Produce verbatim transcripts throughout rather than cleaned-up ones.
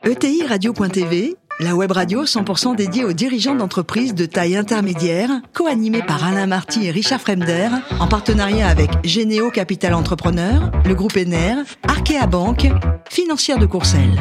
E T I Radio point T V, la web radio cent pour cent dédiée aux dirigeants d'entreprises de taille intermédiaire, co-animée par Alain Marty et Richard Fremder, en partenariat avec Généo Capital Entrepreneur, le groupe Ener, Arkea Banque, Financière de Courcelles.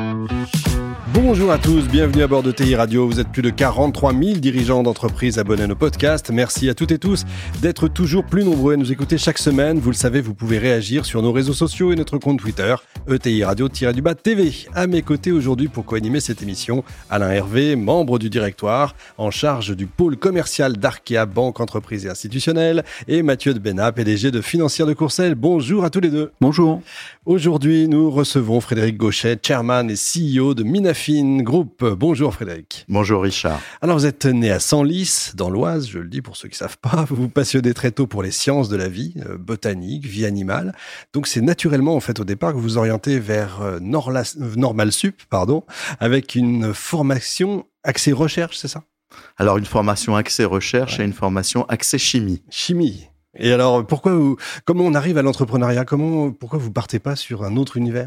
Bonjour à tous, bienvenue à bord de T I Radio. Vous êtes plus de quarante-trois mille dirigeants d'entreprises abonnés à nos podcasts. Merci à toutes et tous d'être toujours plus nombreux à nous écouter chaque semaine. Vous le savez, vous pouvez réagir sur nos réseaux sociaux et notre compte Twitter, E T I Radio-du-bas T V. À mes côtés aujourd'hui pour co-animer cette émission, Alain Hervé, membre du directoire, en charge du pôle commercial d'Arkea Banque Entreprises et Institutionnelles, et Mathieu de Bénat, P D G de Financière de Courcelles. Bonjour à tous les deux. Bonjour. Aujourd'hui, nous recevons Frédéric Gauchet, chairman et C E O de Minafin Group. Bonjour Frédéric. Bonjour Richard. Alors vous êtes né à Senlis, dans l'Oise, je le dis pour ceux qui ne savent pas. Vous vous passionnez très tôt pour les sciences de la vie, euh, botanique, vie animale. Donc c'est naturellement en fait au départ que vous vous orientez vers euh, Norla- Normal Sup, pardon, avec une formation axée recherche, c'est ça ? Alors une formation axée recherche ouais. et une formation axée chimie. Chimie. Et alors pourquoi vous, comment on arrive à l'entrepreneuriat ? Comment, pourquoi vous partez pas sur un autre univers ?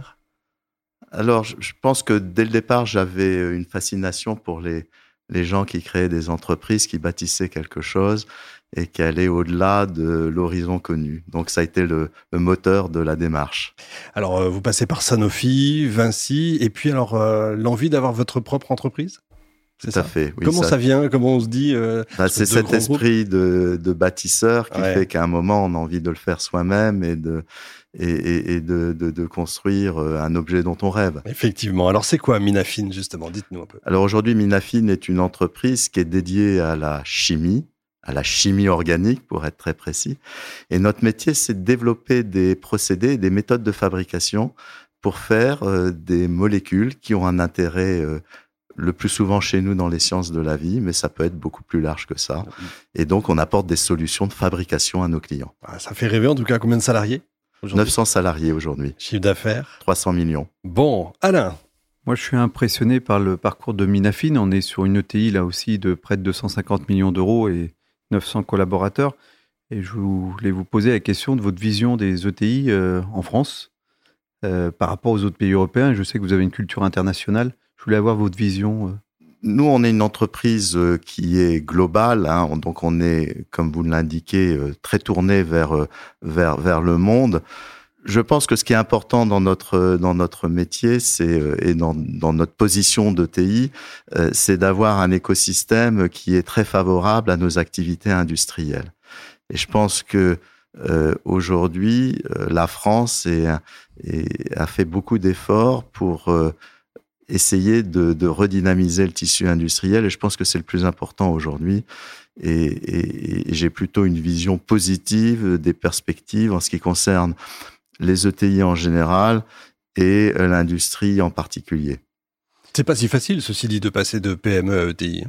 Alors, je pense que dès le départ, j'avais une fascination pour les, les gens qui créaient des entreprises, qui bâtissaient quelque chose et qui allaient au-delà de l'horizon connu. Donc, ça a été le, le moteur de la démarche. Alors, vous passez par Sanofi, Vinci, et puis alors, euh, l'envie d'avoir votre propre entreprise ? C'est Tout à fait. Oui, comment ça... ça vient ? Comment on se dit euh, bah, C'est cet esprit de, de bâtisseur qui ouais. fait qu'à un moment, on a envie de le faire soi-même et de... et, et, et de, de, de construire un objet dont on rêve. Effectivement. Alors, c'est quoi Minafin, justement ? Dites-nous un peu. Alors, aujourd'hui, Minafin est une entreprise qui est dédiée à la chimie, à la chimie organique, pour être très précis. Et notre métier, c'est de développer des procédés, des méthodes de fabrication pour faire euh, des molécules qui ont un intérêt euh, le plus souvent chez nous dans les sciences de la vie, mais ça peut être beaucoup plus large que ça. Et donc, on apporte des solutions de fabrication à nos clients. Ah, ça fait rêver, en tout cas. Combien de salariés ? neuf cents salariés aujourd'hui. Chiffre d'affaires ? trois cents millions. Bon, Alain ? Moi, je suis impressionné par le parcours de Minafin. On est sur une E T I, là aussi, de près de deux cent cinquante millions d'euros et neuf cents collaborateurs. Et je voulais vous poser la question de votre vision des E T I euh, en France euh, par rapport aux autres pays européens. Je sais que vous avez une culture internationale. Je voulais avoir votre vision. Euh. Nous, on est une entreprise qui est globale, hein, donc on est, comme vous l'indiquez, très tourné vers vers vers le monde. Je pense que ce qui est important dans notre dans notre métier, c'est et dans dans notre position d'E T I, c'est d'avoir un écosystème qui est très favorable à nos activités industrielles. Et je pense que euh, aujourd'hui, la France est, est, a fait beaucoup d'efforts pour euh, essayer de, de redynamiser le tissu industriel, et je pense que c'est le plus important aujourd'hui. Et, et, et j'ai plutôt une vision positive des perspectives en ce qui concerne les E T I en général et l'industrie en particulier. C'est pas si facile, ceci dit, de passer de P M E à E T I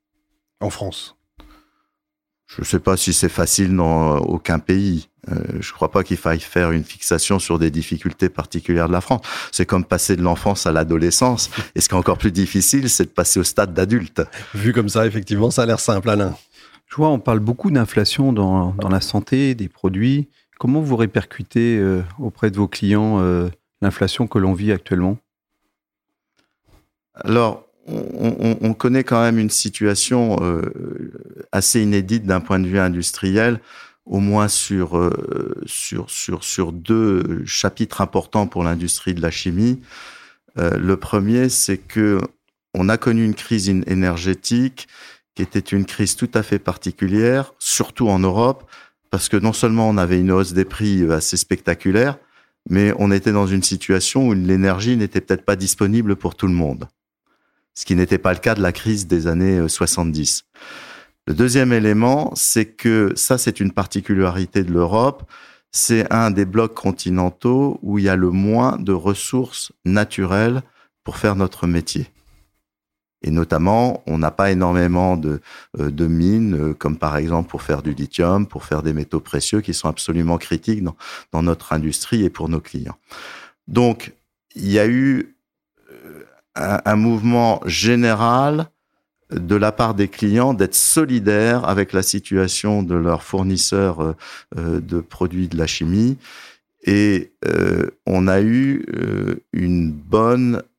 en France. Je ne sais pas si c'est facile dans aucun pays. Euh, je ne crois pas qu'il faille faire une fixation sur des difficultés particulières de la France. C'est comme passer de l'enfance à l'adolescence. Et ce qui est encore plus difficile, c'est de passer au stade d'adulte. Vu comme ça, effectivement, ça a l'air simple, Alain. Je vois, on parle beaucoup d'inflation dans, dans la santé, des produits. Comment vous répercutez euh, auprès de vos clients euh, l'inflation que l'on vit actuellement ? Alors, On, on, on connaît quand même une situation euh, assez inédite d'un point de vue industriel, au moins sur euh, sur sur sur deux chapitres importants pour l'industrie de la chimie. Euh, le premier, c'est que on a connu une crise énergétique qui était une crise tout à fait particulière, surtout en Europe, parce que non seulement on avait une hausse des prix assez spectaculaire, mais on était dans une situation où l'énergie n'était peut-être pas disponible pour tout le monde. Ce qui n'était pas le cas de la crise des années soixante-dix. Le deuxième élément, c'est que ça, c'est une particularité de l'Europe, c'est un des blocs continentaux où il y a le moins de ressources naturelles pour faire notre métier. Et notamment, on n'a pas énormément de, de mines, comme par exemple pour faire du lithium, pour faire des métaux précieux qui sont absolument critiques dans, dans notre industrie et pour nos clients. Donc, il y a eu un, un mouvement général de la part des clients d'être solidaires avec la situation de leurs fournisseurs euh, de produits de la chimie. Et euh, on a eu euh, une bonne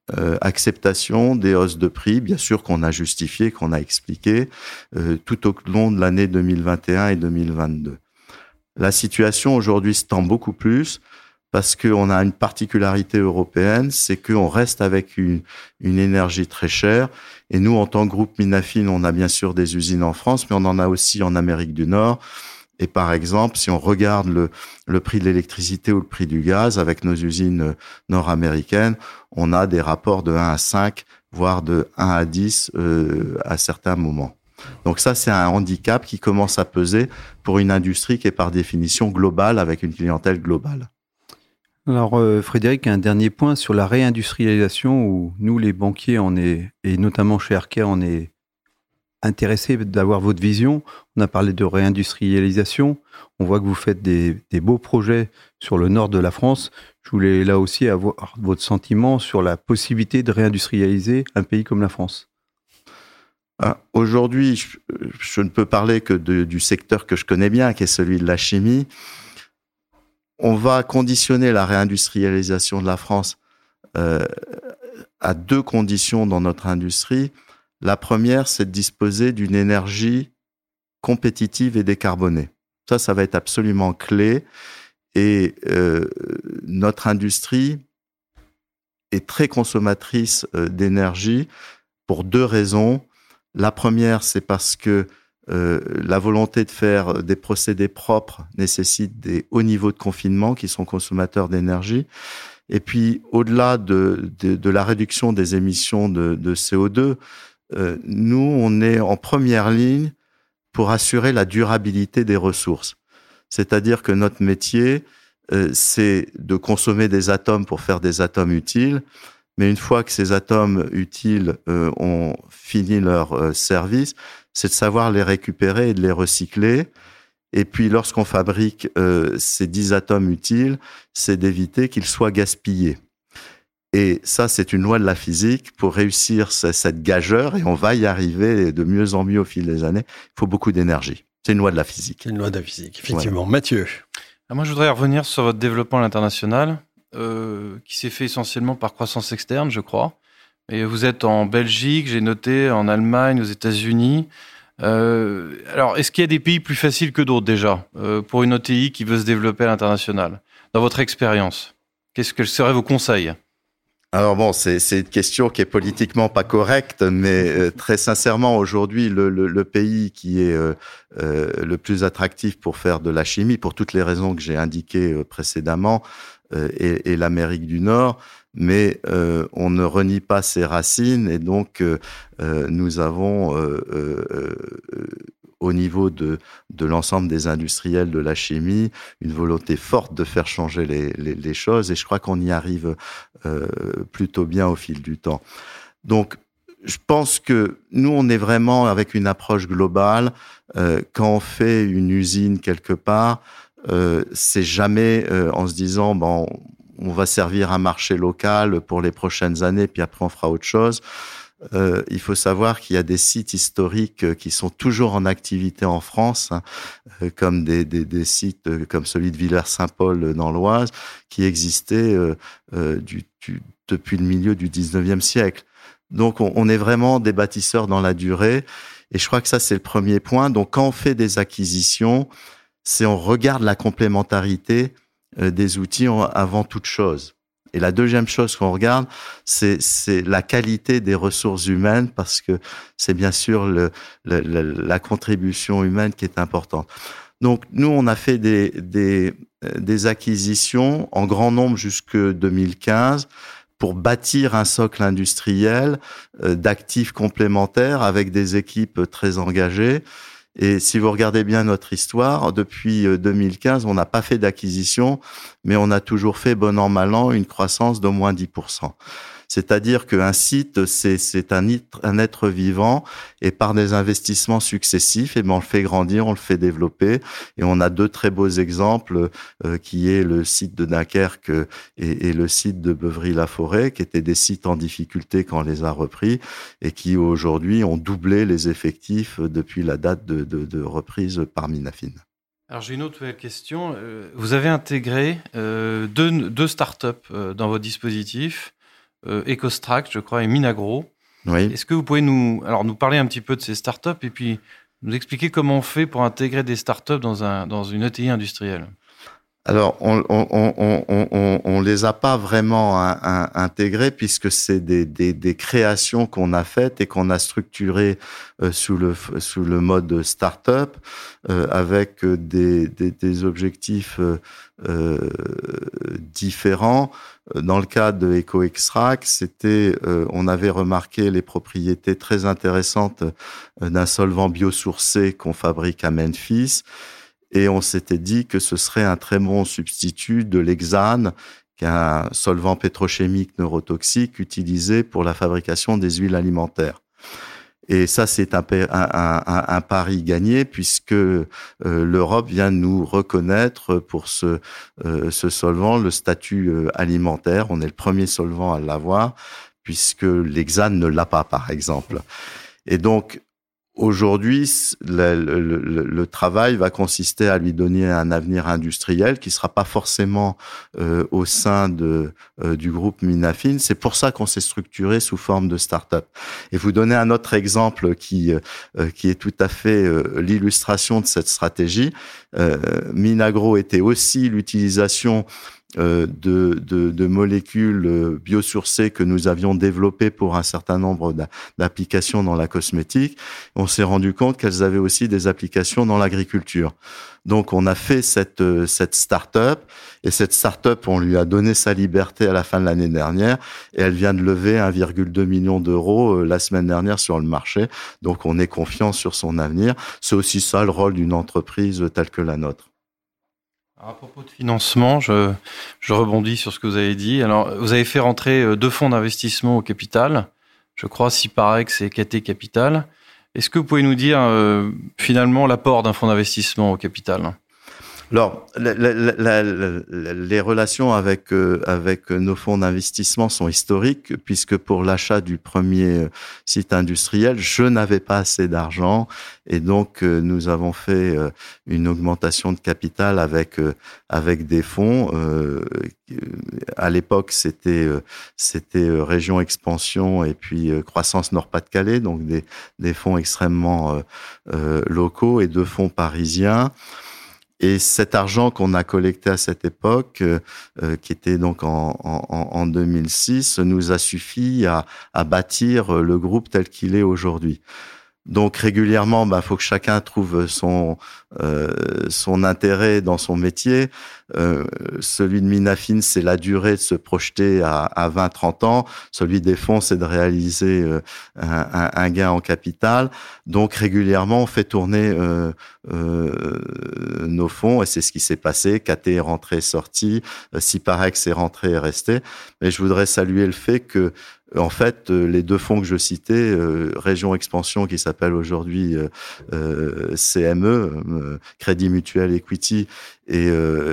euh, acceptation des hausses de prix, bien sûr qu'on a justifié, qu'on a expliqué, euh, tout au long de l'année deux mille vingt et un et deux mille vingt-deux. La situation aujourd'hui se tend beaucoup plus parce qu'on a une particularité européenne, c'est qu'on reste avec une, une énergie très chère. Et nous, en tant que groupe Minafin, on a bien sûr des usines en France, mais on en a aussi en Amérique du Nord. Et par exemple, si on regarde le, le prix de l'électricité ou le prix du gaz avec nos usines nord-américaines, on a des rapports de un à cinq, voire de un à dix euh, à certains moments. Donc ça, c'est un handicap qui commence à peser pour une industrie qui est par définition globale, avec une clientèle globale. Alors euh, Frédéric, un dernier point sur la réindustrialisation où nous, les banquiers, on est, et notamment chez Arkéa, on est intéressés d'avoir votre vision. On a parlé de réindustrialisation. On voit que vous faites des, des beaux projets sur le nord de la France. Je voulais là aussi avoir votre sentiment sur la possibilité de réindustrialiser un pays comme la France. Ah, aujourd'hui, je, je ne peux parler que de, du secteur que je connais bien, qui est celui de la chimie. On va conditionner la réindustrialisation de la France euh, à deux conditions dans notre industrie. La première, c'est de disposer d'une énergie compétitive et décarbonée. Ça, ça va être absolument clé. Et euh, notre industrie est très consommatrice euh, d'énergie pour deux raisons. La première, c'est parce que euh, la volonté de faire des procédés propres nécessite des hauts niveaux de confinement qui sont consommateurs d'énergie. Et puis, au-delà de, de, de la réduction des émissions de, de C O deux, euh, nous, on est en première ligne pour assurer la durabilité des ressources. C'est-à-dire que notre métier, euh, c'est de consommer des atomes pour faire des atomes utiles. Mais une fois que ces atomes utiles euh, ont fini leur euh, service, c'est de savoir les récupérer et de les recycler. Et puis, lorsqu'on fabrique euh, ces dix atomes utiles, c'est d'éviter qu'ils soient gaspillés. Et ça, c'est une loi de la physique. Pour réussir cette gageure, et on va y arriver de mieux en mieux au fil des années, il faut beaucoup d'énergie. C'est une loi de la physique. C'est une loi de la physique, effectivement. Ouais. Mathieu. Moi, je voudrais revenir sur votre développement à l'international. Euh, qui s'est fait essentiellement par croissance externe, je crois. Et vous êtes en Belgique, j'ai noté, en Allemagne, aux États-Unis. Euh, alors, est-ce qu'il y a des pays plus faciles que d'autres déjà euh, pour une O T I qui veut se développer à l'international? Dans votre expérience, qu'est-ce que seraient vos conseils? Alors bon, c'est, c'est une question qui est politiquement pas correcte, mais euh, très sincèrement, aujourd'hui, le, le, le pays qui est euh, euh, le plus attractif pour faire de la chimie, pour toutes les raisons que j'ai indiquées euh, précédemment, euh, est, est l'Amérique du Nord. Mais euh, on ne renie pas ses racines, et donc euh, euh, nous avons euh, euh, euh, au niveau de, de l'ensemble des industriels de la chimie, une volonté forte de faire changer les, les, les choses, et je crois qu'on y arrive euh, plutôt bien au fil du temps. Donc, je pense que nous, on est vraiment avec une approche globale. Euh, quand on fait une usine quelque part, euh, c'est jamais euh, en se disant, bon, on va servir un marché local pour les prochaines années, puis après on fera autre chose. Euh, il faut savoir qu'il y a des sites historiques qui sont toujours en activité en France, hein, euh, comme des, des, des sites euh, comme celui de Villers-Saint-Paul dans l'Oise, qui existaient euh, euh, du, du, depuis le milieu du dix-neuvième siècle. Donc on, on est vraiment des bâtisseurs dans la durée, et je crois que ça c'est le premier point. Donc quand on fait des acquisitions, c'est on regarde la complémentarité euh, des outils en, avant toute chose. Et la deuxième chose qu'on regarde, c'est, c'est la qualité des ressources humaines, parce que c'est bien sûr le, le, le, la contribution humaine qui est importante. Donc, nous, on a fait des, des, des acquisitions en grand nombre jusque deux mille quinze pour bâtir un socle industriel euh, d'actifs complémentaires avec des équipes très engagées. Et si vous regardez bien notre histoire, depuis deux mille quinze, on n'a pas fait d'acquisition, mais on a toujours fait, bon an, mal an, une croissance d'au moins dix pour cent. C'est-à-dire qu'un site, c'est, c'est un, être, un être vivant, et par des investissements successifs, et ben on le fait grandir, on le fait développer. Et on a deux très beaux exemples, euh, qui est le site de Dunkerque et, et le site de Beuvry-la-Forêt, qui étaient des sites en difficulté quand on les a repris, et qui aujourd'hui ont doublé les effectifs depuis la date de, de, de reprise par Minafin. Alors j'ai une autre question. Vous avez intégré euh, deux, deux startups euh, dans votre dispositif. euh, EcoStract, je crois, et Minagro. Oui. Est-ce que vous pouvez nous, alors, nous parler un petit peu de ces startups et puis nous expliquer comment on fait pour intégrer des startups dans, un, dans une E T I industrielle? Alors, on on, on, on, on, on les a pas vraiment un, un, intégrés puisque c'est des, des, des créations qu'on a faites et qu'on a structurées euh, sous le sous le mode start-up euh, avec des, des, des objectifs euh, euh, différents. Dans le cas de EcoExtract, c'était, euh, on avait remarqué les propriétés très intéressantes d'un solvant biosourcé qu'on fabrique à Memphis. Et on s'était dit que ce serait un très bon substitut de l'hexane, qui est un solvant pétrochimique neurotoxique utilisé pour la fabrication des huiles alimentaires. Et ça, c'est un, un, un, un pari gagné puisque euh, l'Europe vient nous reconnaître pour ce, euh, ce solvant le statut euh, alimentaire. On est le premier solvant à l'avoir puisque l'hexane ne l'a pas, par exemple. Et donc, aujourd'hui, le, le, le, le travail va consister à lui donner un avenir industriel qui sera pas forcément euh, au sein de euh, du groupe Minafin. C'est pour ça qu'on s'est structuré sous forme de start-up. Et vous donner un autre exemple qui euh, qui est tout à fait euh, l'illustration de cette stratégie. Euh, Minagro était aussi l'utilisation Euh, de, de, de molécules biosourcées que nous avions développées pour un certain nombre d'applications dans la cosmétique. On s'est rendu compte qu'elles avaient aussi des applications dans l'agriculture. Donc, on a fait cette, cette start-up et cette start-up, on lui a donné sa liberté à la fin de l'année dernière et elle vient de lever un virgule deux million d'euros la semaine dernière sur le marché. Donc, on est confiant sur son avenir. C'est aussi ça le rôle d'une entreprise telle que la nôtre. Alors, à propos de financement, je, je rebondis sur ce que vous avez dit. Alors, vous avez fait rentrer deux fonds d'investissement au capital. Je crois, s'il paraît que c'est K T Capital. Est-ce que vous pouvez nous dire euh, finalement l'apport d'un fonds d'investissement au capital ? Alors, la, la, la, la, les relations avec euh, avec nos fonds d'investissement sont historiques, puisque pour l'achat du premier site industriel, je n'avais pas assez d'argent, et donc euh, nous avons fait euh, une augmentation de capital avec euh, avec des fonds. Euh, à l'époque, c'était euh, c'était euh, Région Expansion et puis euh, Croissance Nord-Pas-de-Calais, donc des des fonds extrêmement euh, euh, locaux et deux fonds parisiens. Et cet argent qu'on a collecté à cette époque, euh, qui était donc en, en, en deux mille six, nous a suffi à, à bâtir le groupe tel qu'il est aujourd'hui. Donc régulièrement, bah, faut que chacun trouve son euh, son intérêt dans son métier. Euh, celui de Minafin, c'est la durée de se projeter à, à vingt trente ans. Celui des fonds, c'est de réaliser euh, un, un, un gain en capital. Donc régulièrement, on fait tourner euh, euh, nos fonds et c'est ce qui s'est passé. K T est rentré, sorti. Ciparex est rentré et resté. Mais je voudrais saluer le fait que en fait, les deux fonds que je citais, euh, Région Expansion qui s'appelle aujourd'hui euh, euh, C M E, euh, Crédit Mutuel Equity, et, euh,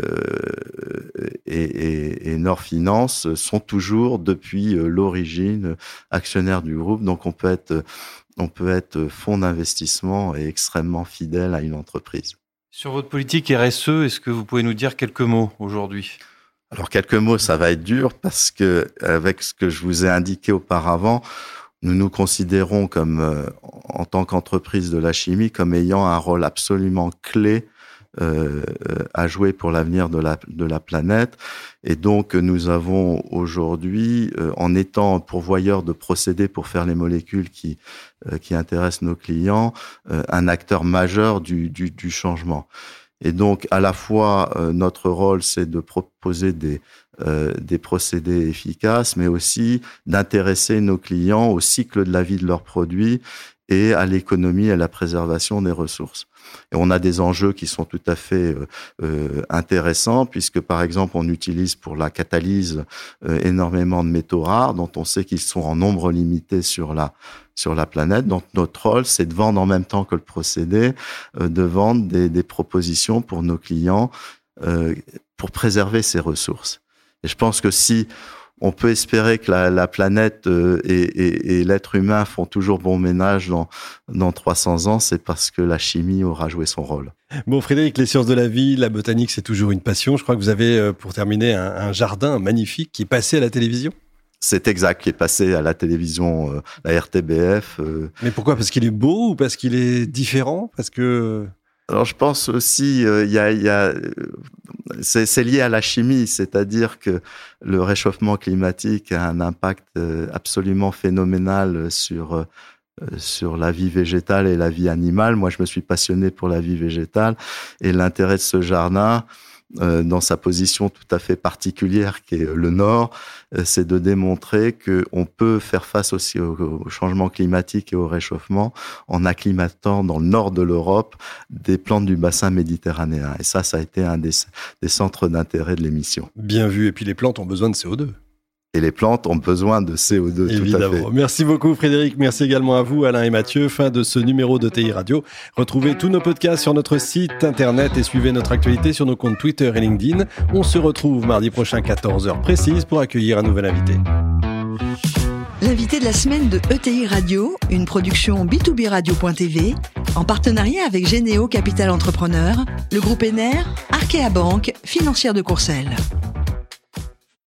et, et, et Nord Finance sont toujours depuis euh, l'origine actionnaires du groupe. Donc on peut être, on peut être fonds d'investissement et extrêmement fidèle à une entreprise. Sur votre politique R S E, est-ce que vous pouvez nous dire quelques mots aujourd'hui ? Alors quelques mots, ça va être dur parce que avec ce que je vous ai indiqué auparavant, nous nous considérons comme euh, en tant qu'entreprise de la chimie comme ayant un rôle absolument clé euh, à jouer pour l'avenir de la de la planète. Et donc nous avons aujourd'hui, euh, en étant pourvoyeur de procédés pour faire les molécules qui euh, qui intéressent nos clients, euh, un acteur majeur du du, du changement. Et donc, à la fois, euh, notre rôle, c'est de proposer des, euh, des procédés efficaces, mais aussi d'intéresser nos clients au cycle de la vie de leurs produits et à l'économie et à la préservation des ressources. Et on a des enjeux qui sont tout à fait euh, euh, intéressants, puisque, par exemple, on utilise pour la catalyse euh, énormément de métaux rares, dont on sait qu'ils sont en nombre limité sur la sur la planète. Donc notre rôle, c'est de vendre en même temps que le procédé, euh, de vendre des, des propositions pour nos clients euh, pour préserver ces ressources. Et je pense que si on peut espérer que la, la planète euh, et, et, et l'être humain font toujours bon ménage dans, dans trois cents ans, c'est parce que la chimie aura joué son rôle. Bon, Frédéric, les sciences de la vie, la botanique, c'est toujours une passion. Je crois que vous avez, pour terminer, un, un jardin magnifique qui est passé à la télévision. C'est exact, qui est passé à la télévision, euh, la R T B F. Euh. Mais pourquoi? Parce qu'il est beau ou parce qu'il est différent? Parce que... Alors je pense aussi, il euh, y a, y a, c'est, c'est lié à la chimie, c'est-à-dire que le réchauffement climatique a un impact euh, absolument phénoménal sur euh, sur la vie végétale et la vie animale. Moi, je me suis passionné pour la vie végétale et l'intérêt de ce jardin, euh, dans sa position tout à fait particulière qui est le nord, euh, c'est de démontrer que on peut faire face aussi au, au changement climatique et au réchauffement en acclimatant dans le nord de l'Europe des plantes du bassin méditerranéen. Et ça, ça a été un des, des centres d'intérêt de l'émission. Bien vu. Et puis les plantes ont besoin de C O deux. Et les plantes ont besoin de C O deux, évidemment. Tout à fait. Merci beaucoup Frédéric, merci également à vous Alain et Mathieu. Fin de ce numéro de T I Radio. Retrouvez tous nos podcasts sur notre site internet et suivez notre actualité sur nos comptes Twitter et LinkedIn. On se retrouve mardi prochain quatorze heures précise pour accueillir un nouvel invité. L'invité de la semaine de E T I Radio, une production B deux B radio point T V, en partenariat avec Généo Capital Entrepreneur, le groupe Ener, Arkea Banque, financière de Courcelles.